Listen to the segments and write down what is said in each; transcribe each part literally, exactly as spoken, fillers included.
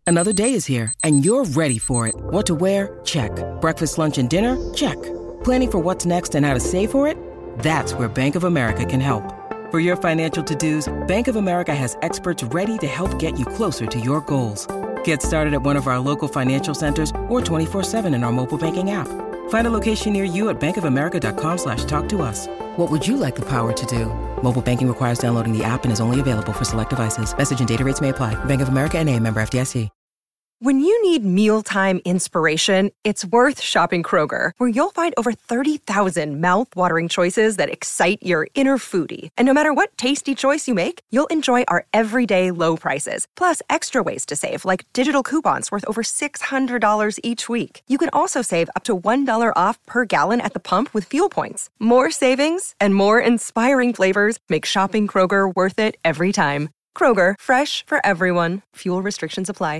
Another day is here, and you're ready for it. What to wear? Check. Breakfast, lunch, and dinner? Check. Planning for what's next and how to save for it? That's where Bank of America can help. For your financial to-dos, Bank of America has experts ready to help get you closer to your goals. Get started at one of our local financial centers or twenty-four seven in our mobile banking app. Find a location near you at bankofamerica.com slash talk to us. What would you like the power to do? Mobile banking requires downloading the app and is only available for select devices. Message and data rates may apply. Bank of America N A, member F D I C. When you need mealtime inspiration, it's worth shopping Kroger, where you'll find over thirty thousand mouth-watering choices that excite your inner foodie. And no matter what tasty choice you make, you'll enjoy our everyday low prices, plus extra ways to save, like digital coupons worth over six hundred dollars each week. You can also save up to one dollar off per gallon at the pump with fuel points. More savings and more inspiring flavors make shopping Kroger worth it every time. Kroger, fresh for everyone. Fuel restrictions apply.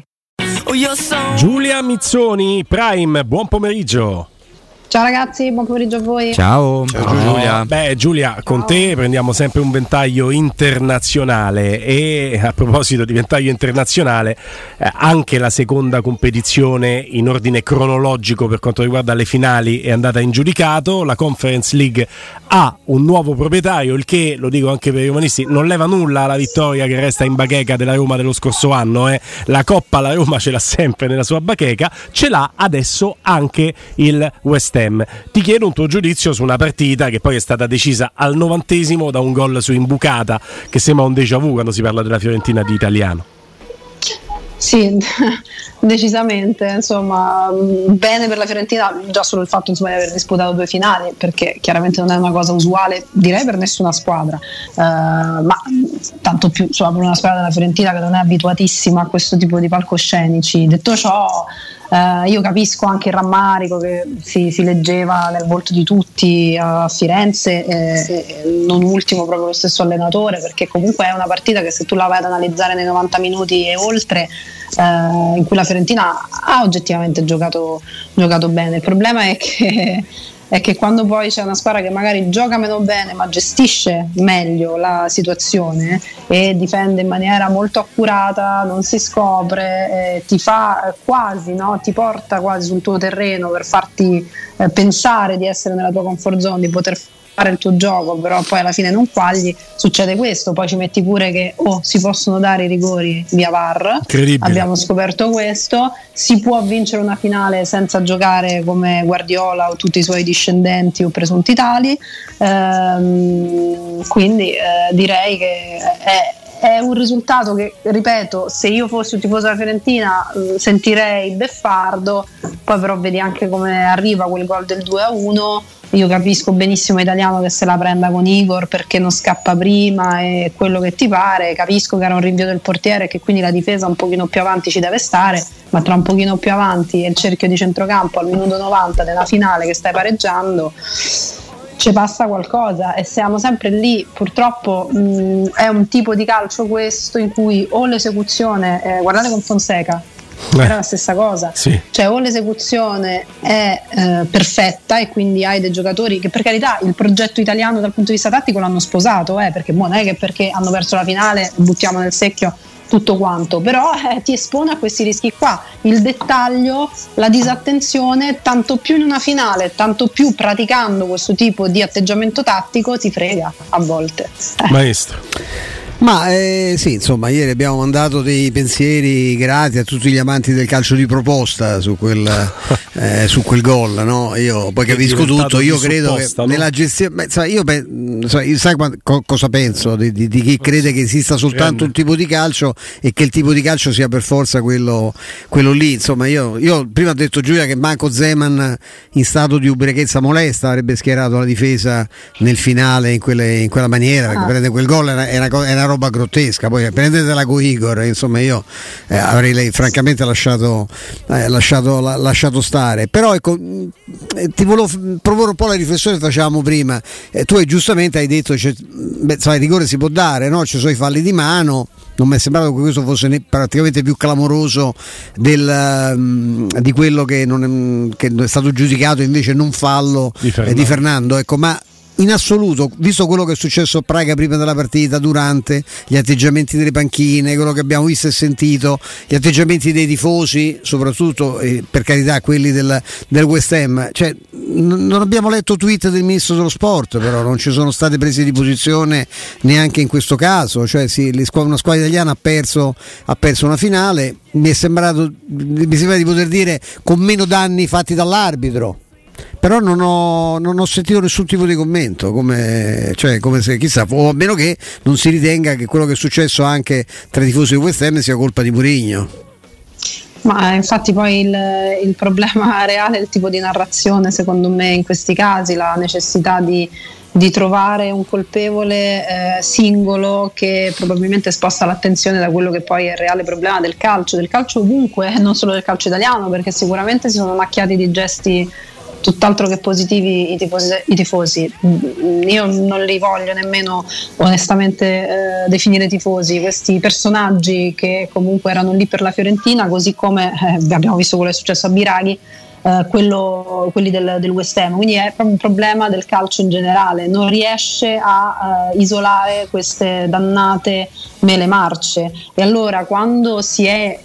Giulia Mizzoni, Prime, buon pomeriggio. Ciao ragazzi, buon pomeriggio a voi. Ciao, Ciao Giulia. Beh Giulia, Ciao. Con te prendiamo sempre un ventaglio internazionale e a proposito di ventaglio internazionale, eh, anche la seconda competizione in ordine cronologico per quanto riguarda le finali è andata in giudicato. La Conference League ha un nuovo proprietario, il che, lo dico anche per i romanisti, non leva nulla alla vittoria che resta in bacheca della Roma dello scorso anno. Eh. La Coppa la Roma ce l'ha sempre nella sua bacheca, ce l'ha adesso anche il West Ham. Ti chiedo un tuo giudizio su una partita che poi è stata decisa al novantesimo da un gol su imbucata che sembra un déjà vu quando si parla della Fiorentina di italiano. Sì, decisamente, insomma, bene per la Fiorentina già solo il fatto insomma, di aver disputato due finali, perché chiaramente non è una cosa usuale, direi per nessuna squadra, uh, ma tanto più insomma, per una squadra della Fiorentina che non è abituatissima a questo tipo di palcoscenici. Detto ciò, Uh, io capisco anche il rammarico che si, si leggeva nel volto di tutti a Firenze, eh, non ultimo proprio lo stesso allenatore, perché comunque è una partita che se tu la vai ad analizzare nei novanta minuti e oltre, uh, in cui la Fiorentina ha oggettivamente giocato, giocato bene. Il problema è che è che quando poi c'è una squadra che magari gioca meno bene ma gestisce meglio la situazione e difende in maniera molto accurata, non si scopre, eh, ti fa quasi, no? Ti porta quasi sul tuo terreno per farti eh, pensare di essere nella tua comfort zone, di poter fare il tuo gioco, però poi alla fine non quagli, succede questo. Poi ci metti pure che oh, si possono dare i rigori via V A R, abbiamo scoperto questo, si può vincere una finale senza giocare come Guardiola o tutti i suoi discendenti o presunti tali, ehm, quindi eh, direi che è è un risultato che, ripeto, se io fossi un tifoso della Fiorentina eh, sentirei beffardo. Poi però vedi anche come arriva quel gol del due a uno. Io capisco benissimo Italiano che se la prenda con Igor perché non scappa prima e quello che ti pare, capisco che era un rinvio del portiere e che quindi la difesa un pochino più avanti ci deve stare, ma tra un pochino più avanti e il cerchio di centrocampo al minuto novanta della finale che stai pareggiando ci passa qualcosa e siamo sempre lì. Purtroppo mh, è un tipo di calcio questo in cui o l'esecuzione, eh, guardate con Fonseca eh, era la stessa cosa, sì. Cioè o l'esecuzione è eh, perfetta e quindi hai dei giocatori che, per carità, il progetto italiano dal punto di vista tattico l'hanno sposato, eh, perché non è che perché hanno perso la finale buttiamo nel secchio tutto quanto, però eh, ti espone a questi rischi qua, il dettaglio, la disattenzione, tanto più in una finale, tanto più praticando questo tipo di atteggiamento tattico ti frega a volte, eh. Maestro. Ma eh, sì, insomma, ieri abbiamo mandato dei pensieri grati a tutti gli amanti del calcio di proposta su quel, eh, su quel gol, no? Io poi capisco tutto, io credo supposta, che no? Nella gestione, beh, sai, io, sai, sai co- cosa penso di, di, di chi crede che esista soltanto un tipo di calcio e che il tipo di calcio sia per forza quello, quello lì. Insomma, io, io prima ho detto Giulia che manco Zeman in stato di ubriachezza molesta avrebbe schierato la difesa nel finale in, quelle, in quella maniera, perché ah. prendere quel gol era, era, era roba grottesca. Poi prendetela con Igor, insomma io eh, avrei lei, francamente lasciato, eh, lasciato, la, lasciato stare. Però ecco, eh, ti volevo proporre un po' la riflessione che facevamo prima. Eh, tu hai, giustamente hai detto cioè, beh, sai, il rigore si può dare, no? Ci sono i falli di mano. Non mi è sembrato che questo fosse ne, praticamente più clamoroso del, um, di quello che, non è, che è stato giudicato invece non fallo di Fernando, eh, di Fernando ecco, ma in assoluto, visto quello che è successo a Praga prima della partita, durante, gli atteggiamenti delle panchine, quello che abbiamo visto e sentito, gli atteggiamenti dei tifosi, soprattutto eh, per carità quelli del, del West Ham, cioè, n- non abbiamo letto tweet del ministro dello sport, però non ci sono state prese di posizione neanche in questo caso, cioè sì, una squadra italiana ha perso, ha perso una finale, mi è sembrato, mi sembra di poter dire, con meno danni fatti dall'arbitro. Però non ho, non ho sentito nessun tipo di commento, come, cioè, come se chissà, o a meno che non si ritenga che quello che è successo anche tra i tifosi di West Ham sia colpa di Mourinho. Ma infatti poi il, il problema reale è il tipo di narrazione, secondo me, in questi casi, la necessità di, di trovare un colpevole eh, singolo che probabilmente sposta l'attenzione da quello che poi è il reale problema del calcio, del calcio ovunque, non solo del calcio italiano, perché sicuramente si sono macchiati di gesti tutt'altro che positivi i tifosi, i tifosi. Io non li voglio nemmeno onestamente eh, definire tifosi, questi personaggi che comunque erano lì per la Fiorentina, così come eh, abbiamo visto quello che è successo a Biraghi, eh, quello, quelli del, del West Ham, quindi è proprio un problema del calcio in generale, non riesce a eh, isolare queste dannate mele marce, e allora quando si è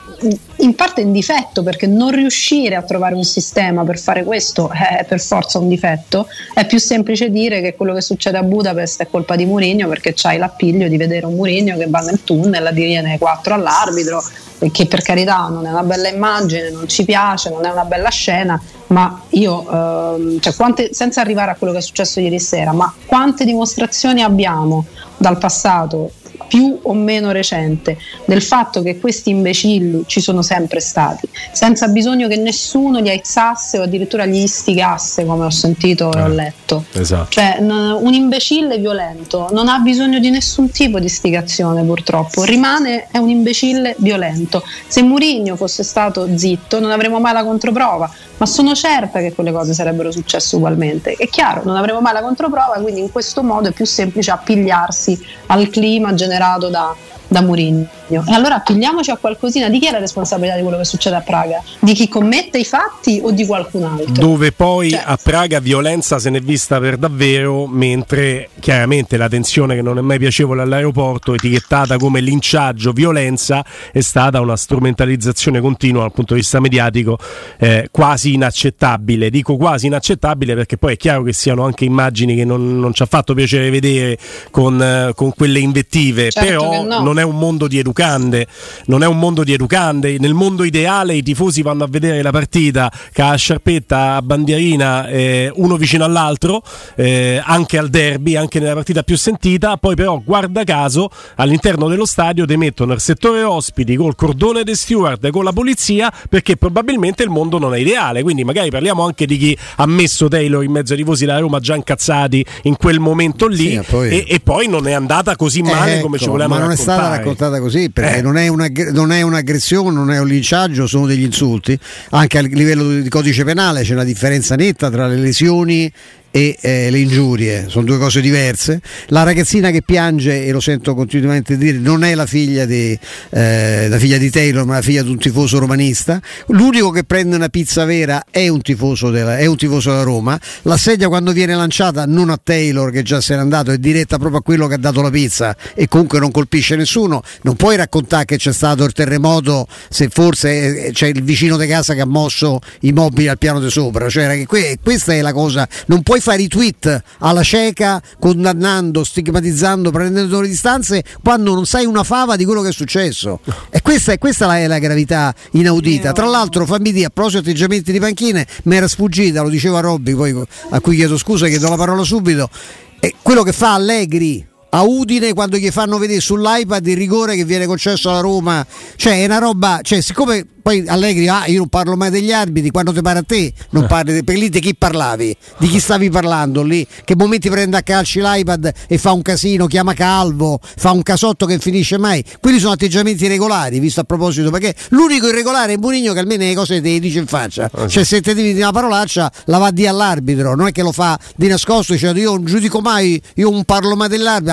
in parte in difetto, perché non riuscire a trovare un sistema per fare questo è per forza un difetto, è più semplice dire che quello che succede a Budapest è colpa di Mourinho, perché c'hai l'appiglio di vedere un Mourinho che va nel tunnel a dirne quattro all'arbitro, e che per carità non è una bella immagine, non ci piace, non è una bella scena, ma io ehm, cioè quante, senza arrivare a quello che è successo ieri sera, ma quante dimostrazioni abbiamo dal passato più o meno recente del fatto che questi imbecilli ci sono sempre stati, senza bisogno che nessuno li aizzasse o addirittura gli istigasse, come ho sentito e ho letto. Esatto. Cioè, n- un imbecille violento non ha bisogno di nessun tipo di istigazione, purtroppo rimane è un imbecille violento. Se Mourinho fosse stato zitto non avremmo mai la controprova, ma sono certa che quelle cose sarebbero successe ugualmente. È chiaro, non avremo mai la controprova, quindi in questo modo è più semplice appigliarsi al clima generato da, da Mourinho. E allora appigliamoci a qualcosina. Di chi è la responsabilità di quello che succede a Praga? Di chi commette i fatti o di qualcun altro? Dove poi cioè, a Praga violenza se n'è vista per davvero, mentre chiaramente la tensione che non è mai piacevole all'aeroporto, etichettata come linciaggio, violenza, è stata una strumentalizzazione continua dal punto di vista mediatico eh, quasi inaccettabile. Dico quasi inaccettabile perché poi è chiaro che siano anche immagini che non, non ci ha fatto piacere vedere con, eh, con quelle invettive, certo, però no. non è un mondo di educandi. Non è un mondo di educande. Nel mondo ideale i tifosi vanno a vedere la partita con la sciarpetta a bandierina eh, uno vicino all'altro, eh, anche al derby, anche nella partita più sentita. Poi però guarda caso all'interno dello stadio ti mettono il settore ospiti col cordone dei steward, con la polizia, perché probabilmente il mondo non è ideale. Quindi magari parliamo anche di chi ha messo Taylor in mezzo ai tifosi della Roma già incazzati in quel momento lì, sì, poi... E, e poi non è andata così male eh, come ecco, ci volevamo ma non raccontare. è stata raccontata così, perché eh. non, è una, non è un'aggressione, non è un linciaggio, sono degli insulti. Anche a livello di codice penale c'è una differenza netta tra le lesioni e eh, le ingiurie, sono due cose diverse. La ragazzina che piange, e lo sento continuamente dire, non è la figlia di, eh, la figlia di Taylor, ma la figlia di un tifoso romanista. L'unico che prende una pizza vera è un tifoso della, è un tifoso della Roma. La sedia quando viene lanciata non a Taylor, che già se n'è andato, è diretta proprio a quello che ha dato la pizza, e comunque non colpisce nessuno. Non puoi raccontare che c'è stato il terremoto se forse c'è il vicino di casa che ha mosso i mobili al piano di sopra. Cioè, questa è la cosa. Non puoi fare i tweet alla cieca condannando, stigmatizzando, prendendo le distanze quando non sai una fava di quello che è successo. E questa è, questa è la gravità inaudita. Tra l'altro, fammi dire, a proposito di atteggiamenti di panchine, mi era sfuggita, lo diceva Robby, poi a cui chiedo scusa, chiedo la parola subito, è quello che fa Allegri a Udine quando gli fanno vedere sull'iPad il rigore che viene concesso alla Roma. Cioè è una roba, cioè siccome poi Allegri, ah, io non parlo mai degli arbitri, quando ti pare a te non parli, per lì di chi parlavi, di chi stavi parlando lì, che momenti prende a calci l'iPad e fa un casino, chiama Calvo, fa un casotto che finisce mai. Quelli sono atteggiamenti regolari, visto a proposito, perché l'unico irregolare è Mourinho, che almeno le cose te le dice in faccia. Cioè se te devi dire una parolaccia la va a dire all'arbitro, non è che lo fa di nascosto dicendo io non giudico mai, io non parlo mai dell'arbitro,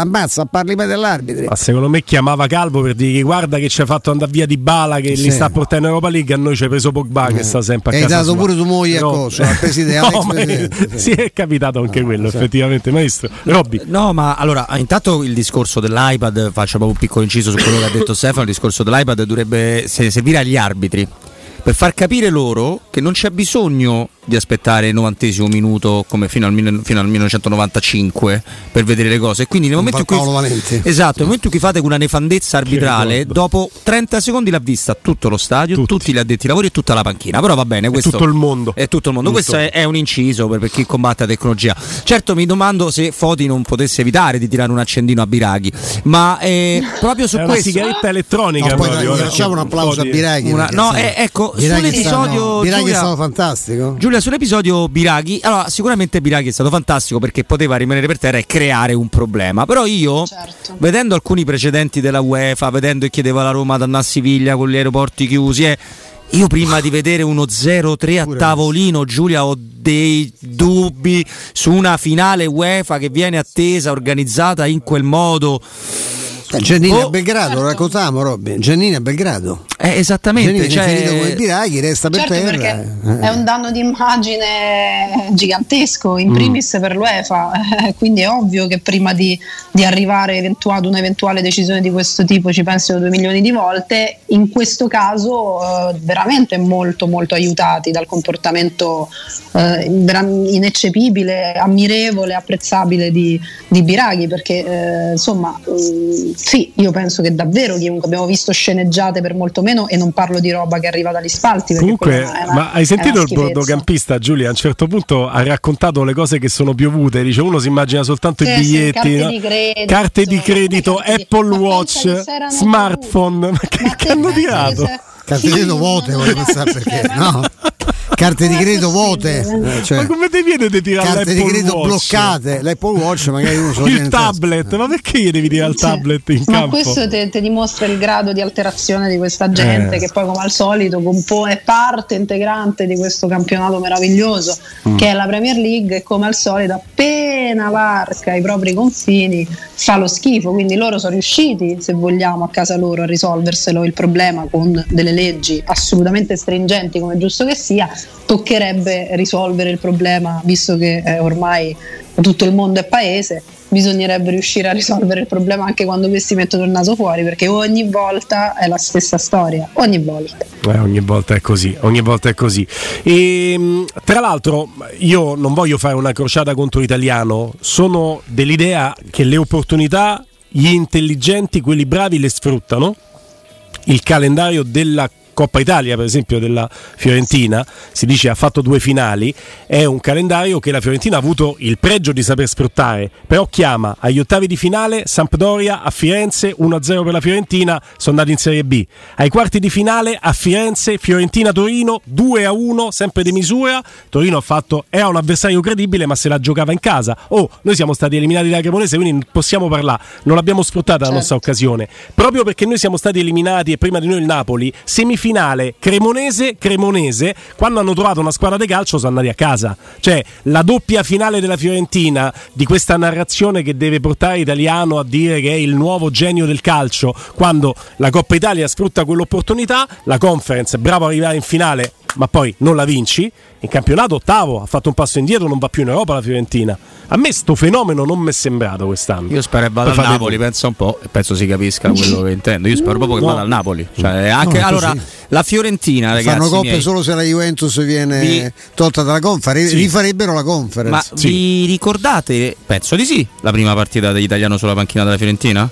ammazza, parli mai dell'arbitro. Ma secondo me chiamava Calvo per dire guarda che ci ha fatto andare via Dybala che sì. li sta portando in Europa League, a noi ci ha preso Pogba eh. che sta sempre a Hai casa dato sua. pure tu moglie no. a coso, al presidente, no, presidente sì. sì, è capitato anche ah, quello sì. effettivamente, maestro. Robby. No, ma allora intanto il discorso dell'iPad, faccio proprio un piccolo inciso su quello che ha detto Stefano, il discorso dell'iPad dovrebbe servire agli arbitri per far capire loro che non c'è bisogno di aspettare il novantesimo minuto come fino al, fino al millenovecentonovantacinque per vedere le cose, e quindi nel momento in cui esatto, nel momento in cui fate una nefandezza arbitrale, dopo trenta secondi l'ha vista tutto lo stadio, tutti, tutti gli addetti ai lavori e tutta la panchina. Però va bene, questo è tutto il mondo. È tutto il mondo. Tutto. Questo è, è un inciso per, per chi combatte la tecnologia. Certo, mi domando se Foti non potesse evitare di tirare un accendino a Biraghi, ma eh, proprio su è questo una sigaretta elettronica. No, poi proprio, dai, facciamo un applauso a Biraghi. Una, no, eh, ecco, sull'episodio Biraghi è stato fantastico. Giulia, sull'episodio Biraghi, allora sicuramente Biraghi è stato fantastico perché poteva rimanere per terra e creare un problema, però io certo. vedendo alcuni precedenti della UEFA, vedendo che chiedeva la Roma ad andare a Siviglia con gli aeroporti chiusi, eh, io prima di vedere uno zero tre a tavolino, Giulia, ho dei dubbi su una finale UEFA che viene attesa, organizzata in quel modo. Giannini oh, a Belgrado, certo. lo raccontiamo Robby. Giannini a Belgrado. Eh, esattamente. Giannini cioè... è finito come Biraghi, resta per certo, terra. Eh. È un danno di immagine gigantesco, in primis mm. per l'UEFA. Eh, quindi è ovvio che prima di, di arrivare eventuale, ad un'eventuale decisione di questo tipo ci pensino due milioni di volte. In questo caso eh, veramente molto molto aiutati dal comportamento eh, ineccepibile, ammirevole, apprezzabile di, di Biraghi, perché eh, insomma mh, sì, io penso che davvero chiunque, abbiamo visto sceneggiate per molto meno, e non parlo di roba che arriva dagli spalti. Comunque, una, ma hai sentito il bordocampista Giulia? A un certo punto ha raccontato le cose che sono piovute. Dice uno si immagina soltanto sì, i biglietti, sì, carte, no? di credito, carte di credito, carte Apple di... Watch, smartphone. Ma che, che hanno tirato? Se... Carte di credito vuote, voglio pensare perché no? Carte di credito vuote, eh, cioè, ma come ti viene di tirare carte l'Apple di credito Watch? bloccate? L'Apple Watch magari uno solo il tablet, ma perché gli devi tirare il tablet in ma campo? Ma questo ti dimostra il grado di alterazione di questa gente, eh. che poi come al solito compone parte integrante di questo campionato meraviglioso mm. che è la Premier League, e come al solito appena varca i propri confini fa lo schifo. Quindi loro sono riusciti, se vogliamo, a casa loro a risolverselo il problema con delle leggi assolutamente stringenti, come è giusto che sia. Toccherebbe risolvere il problema, visto che eh, ormai tutto il mondo è paese, bisognerebbe riuscire a risolvere il problema anche quando questi mettono il naso fuori, perché ogni volta è la stessa storia, ogni volta. Eh, ogni volta è così, ogni volta è così. E tra l'altro io non voglio fare una crociata contro l'italiano, sono dell'idea che le opportunità gli intelligenti, quelli bravi, le sfruttano. Il calendario della Coppa Italia, per esempio, della Fiorentina, si dice ha fatto due finali, è un calendario che la Fiorentina ha avuto il pregio di saper sfruttare, però chiama agli ottavi di finale Sampdoria a Firenze, uno a zero per la Fiorentina, sono andati in Serie B. Ai quarti di finale a Firenze, Fiorentina-Torino, due a uno, sempre di misura. Torino ha fatto, era un avversario credibile, ma se la giocava in casa. Oh, noi siamo stati eliminati dalla Cremonese, quindi non possiamo parlare, non l'abbiamo sfruttata la certo. nostra occasione. Proprio perché noi siamo stati eliminati e prima di noi il Napoli, semifinale finale Cremonese Cremonese, quando hanno trovato una squadra di calcio sono andati a casa. Cioè la doppia finale della Fiorentina, di questa narrazione che deve portare Italiano a dire che è il nuovo genio del calcio, quando la Coppa Italia sfrutta quell'opportunità, la Conference bravo a arrivare in finale ma poi non la vinci, in campionato ottavo, ha fatto un passo indietro, non va più in Europa la Fiorentina. A me sto fenomeno non mi è sembrato quest'anno. Io spero che vada al Napoli, pensa un po', e penso si capisca quello che intendo. Io spero proprio che no. vada al Napoli. Cioè, anche, no, allora, la Fiorentina, ragazzi, fanno coppe miei, solo se la Juventus viene vi... tolta dalla Conference, sì. rifarebbero la Conference. Ma sì. vi ricordate, penso di sì, la prima partita dell'italiano sulla panchina della Fiorentina?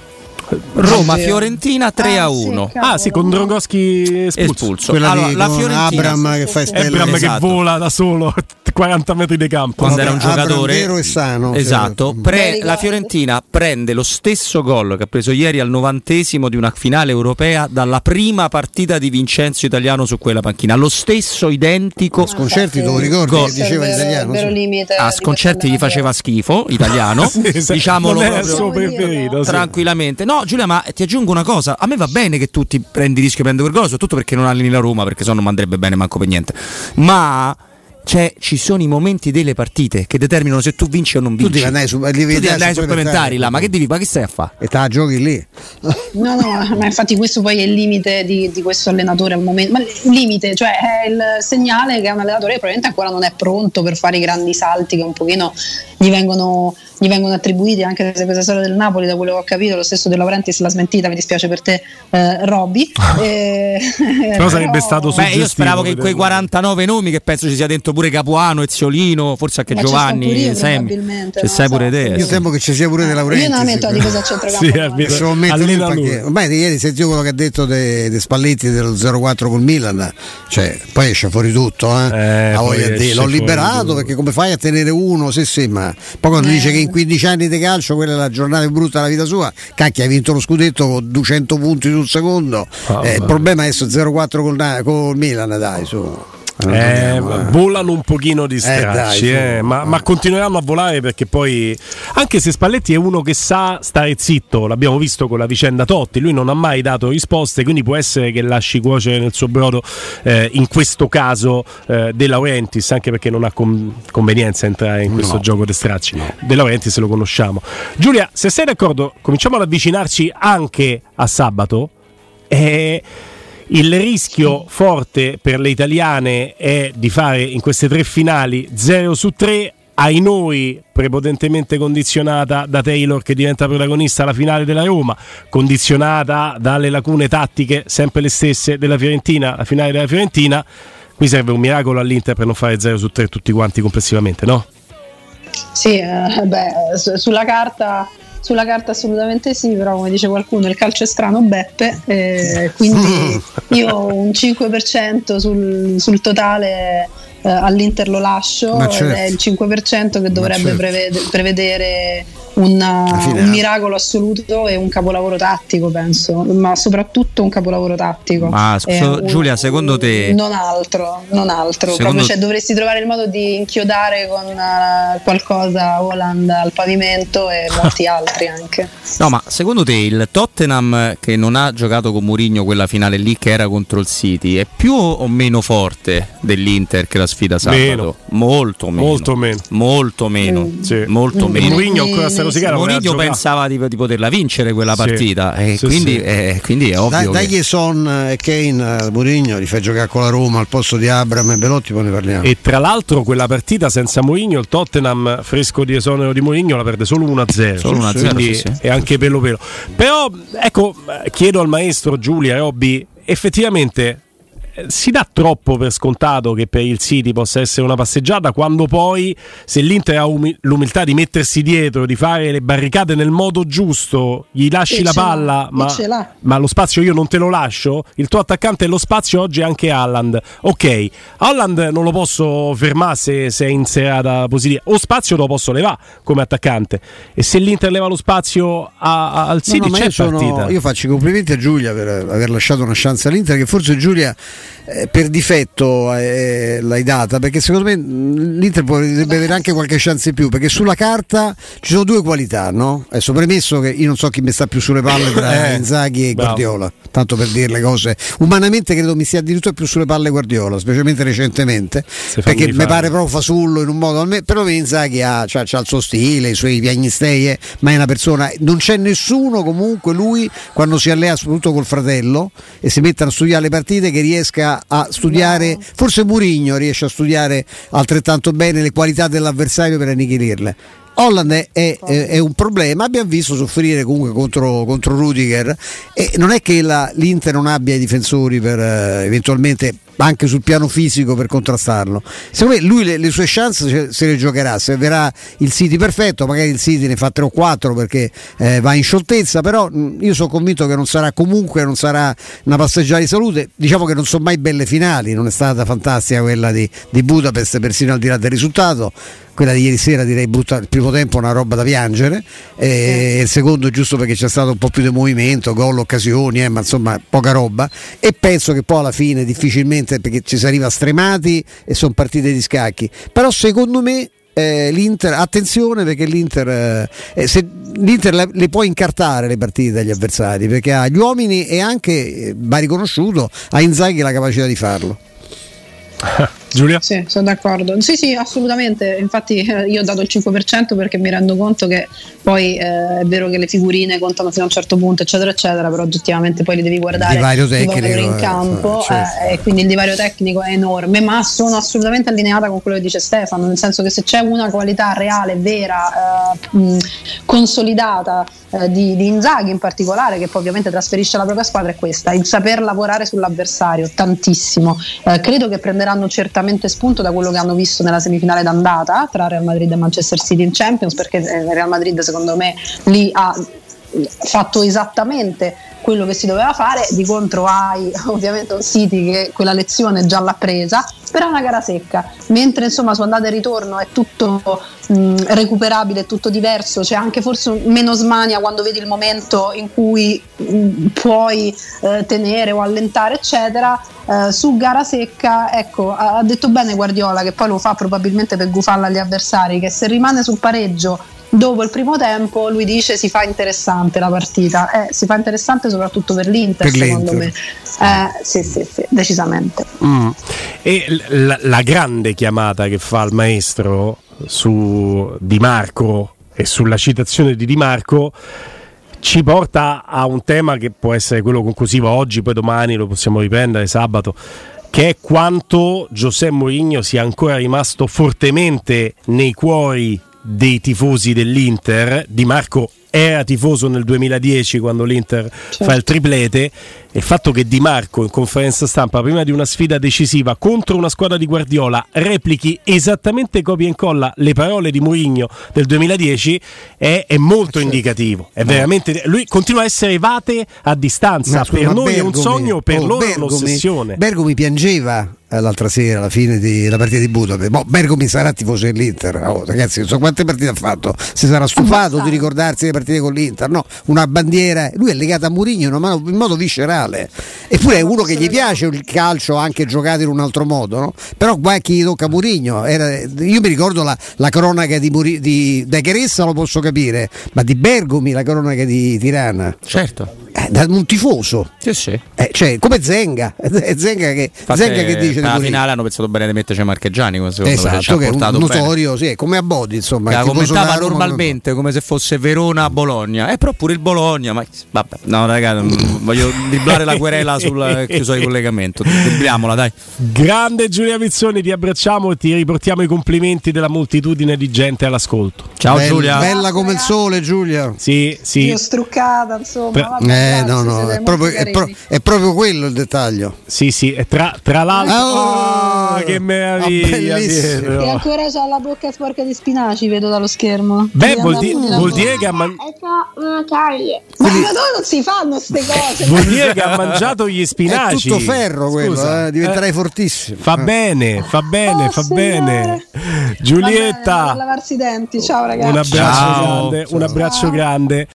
Roma-Fiorentina tre a uno. Ah sì, con Drogoschi espulso, espulso. Quella allora, di, la Fiorentina Abram che fa estelle. Abram esatto. che vola da solo quaranta metri di campo quando no, era un giocatore vero e sano. Esatto, Pre, la Fiorentina prende lo stesso gol che ha preso ieri al novantesimo di una finale europea dalla prima partita di Vincenzo Italiano su quella panchina, lo stesso identico. A Sconcerti te lo ricordi che diceva vero, Italiano? Vero limite, a Sconcerti gli faceva schifo Italiano, sì, diciamolo non è proprio, il suo preferito, tranquillamente. No Giulia, ma ti aggiungo una cosa, a me va bene che tu ti prendi il rischio di prendere quel gol, soprattutto perché non alleni la Roma, perché se no non mi andrebbe bene manco per niente, ma Cioè, ci sono i momenti delle partite che determinano se tu vinci o non vinci. Tu devi andare su, devi tu devi andare ai supplementari là, ma che devi, ma che stai a fare? E te la giochi lì. No, no, ma infatti questo poi è il limite di, di questo allenatore al momento. Ma il limite, cioè è il segnale che è un allenatore che probabilmente ancora non è pronto per fare i grandi salti che un pochino gli vengono, gli vengono attribuiti, anche se questa storia del Napoli, da quello che ho capito, lo stesso De Laurentiis l'ha smentita, mi dispiace per te, eh, Robby. eh, però sarebbe stato Beh, io speravo che in quei quarantanove nomi, che penso ci sia dentro pure Capuano, Eziolino, forse anche ma Giovanni, Semi, c'è sai pure te. Io temo che ci sia pure De Laurentiis. Io non la metto a difesa a centrocampo. Sì, ormai ieri sentivo quello che ha detto De, De Spalletti dello zero quattro col Milan, cioè poi esce fuori tutto, eh? Eh, voglia di, l'ho liberato perché come fai a tenere uno? Sì, sì, ma poi quando eh. dice che in quindici anni di calcio quella è la giornata più brutta della vita sua, cacchia, hai vinto lo scudetto con duecento punti sul secondo. Oh, eh, il problema è adesso zero quattro col, col Milan, dai, su. Eh, volano un pochino di stracci, eh, dai, eh, ma, ma continueranno a volare, perché poi, anche se Spalletti è uno che sa stare zitto, l'abbiamo visto con la vicenda Totti, lui non ha mai dato risposte, quindi può essere che lasci cuocere nel suo brodo, eh, in questo caso eh, De Laurentiis, anche perché non ha com- convenienza entrare in questo no. gioco di stracci. No. De Laurentiis lo conosciamo. Giulia, se sei d'accordo, cominciamo ad avvicinarci anche a sabato. Eh, Il rischio forte per le italiane è di fare in queste tre finali zero su tre, ai noi prepotentemente condizionata da Taylor, che diventa protagonista alla finale della Roma, condizionata dalle lacune tattiche sempre le stesse della Fiorentina, la finale della Fiorentina. Qui serve un miracolo all'Inter per non fare zero su tre tutti quanti complessivamente, no? Sì, eh, beh, su- sulla carta Sulla carta assolutamente sì, però come dice qualcuno il calcio è strano, Beppe, eh, quindi io ho un cinque per cento sul, sul totale eh, all'Inter lo lascio, certo. Ed è il cinque per cento che dovrebbe certo. prevede, prevedere una, un miracolo assoluto e un capolavoro tattico, penso, ma soprattutto un capolavoro tattico. Ma scusa, un, Giulia, secondo te non altro, non altro proprio, cioè, dovresti trovare il modo di inchiodare con uh, qualcosa Haaland al pavimento e molti altri anche. No, ma secondo te il Tottenham, che non ha giocato con Mourinho quella finale lì che era contro il City, è più o meno forte dell'Inter che la sfida sabato? Meno. Molto meno. Molto meno. Molto meno. Mm. Sì. Molto mm. meno. Mourinho ancora sta rosicando. Mourinho pensava di, di poterla vincere quella sì. partita, e sì, quindi, sì. Eh, quindi è ovvio. Dai, che... dagli Son e Kane, Mourinho li fai giocare con la Roma al posto di Abraham e Belotti, poi ne parliamo. E tra l'altro quella partita senza Mourinho, il Tottenham fresco di esonero di Mourinho la perde solo uno a zero. Solo uno a zero, quindi sì, sì. è anche pelo pelo. Però ecco, chiedo al maestro Giulia e Robby, effettivamente si dà troppo per scontato che per il City possa essere una passeggiata, quando poi, se l'Inter ha umi- l'umiltà di mettersi dietro, di fare le barricate nel modo giusto, gli lasci e la palla, ma, ma lo spazio io non te lo lascio, il tuo attaccante è lo spazio, oggi è anche Haaland. Ok, Haaland non lo posso fermare se, se è in serata positiva, o spazio lo posso levare come attaccante, e se l'Inter leva lo spazio a, a, al City no, no, c'è io sono, partita. Io faccio i complimenti a Giulia per aver lasciato una chance all'Inter, che forse Giulia Eh, per difetto eh, l'hai data, perché secondo me l'Inter potrebbe avere anche qualche chance in più, perché sulla carta ci sono due qualità, no? Adesso premesso che io non so chi mi sta più sulle palle tra eh, Inzaghi e bravo. Guardiola, tanto per dire le cose, umanamente credo mi stia addirittura più sulle palle Guardiola, specialmente recentemente, perché mi pare proprio fasullo in un modo, però Inzaghi ha, cioè, c'ha il suo stile, i suoi piagnistei, eh, ma è una persona, non c'è nessuno comunque lui quando si allea soprattutto col fratello e si mettono a studiare le partite che riesca a studiare, no. Forse Mourinho riesce a studiare altrettanto bene le qualità dell'avversario per annichilirle. Haaland è, è, è un problema, abbiamo visto soffrire comunque contro, contro Rudiger, e non è che la, l'Inter non abbia i difensori per eh, eventualmente anche sul piano fisico per contrastarlo. Secondo me lui le, le sue chance se le giocherà, se verrà il City perfetto, magari il City ne fa tre o quattro perché eh, va in scioltezza, però mh, io sono convinto che non sarà comunque non sarà una passeggiata di salute. Diciamo che non sono mai belle finali, non è stata fantastica quella di, di Budapest, persino al di là del risultato. Quella di ieri sera direi brutta, il primo tempo una roba da piangere, e il secondo giusto perché c'è stato un po' più di movimento, gol, occasioni, eh, ma insomma poca roba, e penso che poi alla fine difficilmente, perché ci si arriva stremati e sono partite di scacchi, però secondo me eh, l'Inter, attenzione perché l'Inter, eh, se, l'Inter le, le può incartare le partite dagli avversari, perché ha gli uomini e anche, va riconosciuto, ha Inzaghi la capacità di farlo. Giulia? Sì, sono d'accordo. Sì, sì, assolutamente. Infatti eh, io ho dato il cinque per cento perché mi rendo conto che poi eh, è vero che le figurine contano fino a un certo punto, eccetera, eccetera, però oggettivamente poi li devi guardare divario tecnico, in campo eh, certo. eh, e quindi il divario tecnico è enorme, ma sono assolutamente allineata con quello che dice Stefano, nel senso che se c'è una qualità reale, vera, eh, mh, consolidata eh, di, di Inzaghi in particolare, che poi ovviamente trasferisce alla propria squadra, è questa, il saper lavorare sull'avversario tantissimo. Eh, credo che prenderanno certamente spunto da quello che hanno visto nella semifinale d'andata tra Real Madrid e Manchester City in Champions, perché eh, Real Madrid secondo me lì ha fatto esattamente quello che si doveva fare. Di contro hai ovviamente un City che quella lezione già l'ha presa, però è una gara secca, mentre insomma su andata e ritorno è tutto mh, recuperabile, è tutto diverso, c'è anche forse meno smania quando vedi il momento in cui mh, puoi eh, tenere o allentare eccetera. Eh, su gara secca, ecco, ha, ha detto bene Guardiola, che poi lo fa probabilmente per gufalla agli avversari, che se rimane sul pareggio dopo il primo tempo, lui dice si fa interessante la partita, eh, si fa interessante soprattutto per l'Inter, per secondo l'Inter. me eh, sì, sì, sì, decisamente. Mm. E la, la grande chiamata che fa il maestro su Di Marco e sulla citazione di Di Marco ci porta a un tema che può essere quello conclusivo oggi, poi domani lo possiamo riprendere sabato, che è quanto José Mourinho sia ancora rimasto fortemente nei cuori dei tifosi dell'Inter. Di Marco era tifoso nel duemiladieci quando l'Inter certo. fa il triplete, e il fatto che Di Marco in conferenza stampa prima di una sfida decisiva contro una squadra di Guardiola replichi esattamente copia e incolla le parole di Mourinho del duemiladieci è, è molto certo. indicativo, è no. veramente, lui continua a essere Vate a distanza, no, per noi Bergomi, è un sogno, per oh, loro Bergomi, è un'ossessione. Bergomi piangeva l'altra sera alla fine della partita di Budapest. Boh, Bergomi sarà tifoso dell'Inter, oh, ragazzi, non so quante partite ha fatto, si sarà stufato di ricordarsi le partite con l'Inter, no, una bandiera, lui è legato a Mourinho in modo, in modo viscerale, eppure è uno che gli piace il calcio anche giocato in un altro modo, no? Però qua chi tocca Mourinho era, io mi ricordo la, la cronaca di, Muri, di De Caressa, lo posso capire, ma di Bergomi la cronaca di Tirana, certo, eh, da un tifoso, sì, sì. Eh, cioè come Zenga, è Zenga che, Zenga che dice alla finale hanno pensato bene di metterci Marchegiani, come secondo esatto, me ci ha che è un notorio, bene. Sì, come a Bodi, insomma, che la commentava normalmente come... come se fosse Verona Bologna, e eh, però pure il Bologna, ma vabbè, no ragazzi, voglio dribblare la querela sul chiuso di collegamento, dribliamola dai. Grande Giulia Vizzoni, ti abbracciamo e ti riportiamo i complimenti della moltitudine di gente all'ascolto. Ciao Bella, Giulia, bella come il sole Giulia. Sì, sì. Io struccata, insomma. Per... Vabbè, eh, no, no, è proprio, è, pro- è proprio quello il dettaglio. Sì, sì, e tra, tra l'altro oh, oh, che meraviglia, e ancora c'ha la bocca sporca di spinaci, vedo dallo schermo. Beh, vuol, di- vuol dire che ha man- ma non si fanno ste cose. Vuol dire che ha mangiato gli spinaci. È tutto ferro quello, eh, diventerai eh, fortissimo. Fa bene, fa bene, oh, fa bene. Giulietta, bene, lavarsi i denti. Ciao ragazzi. Un abbraccio Ciao. grande, Ciao. un abbraccio Ciao. grande.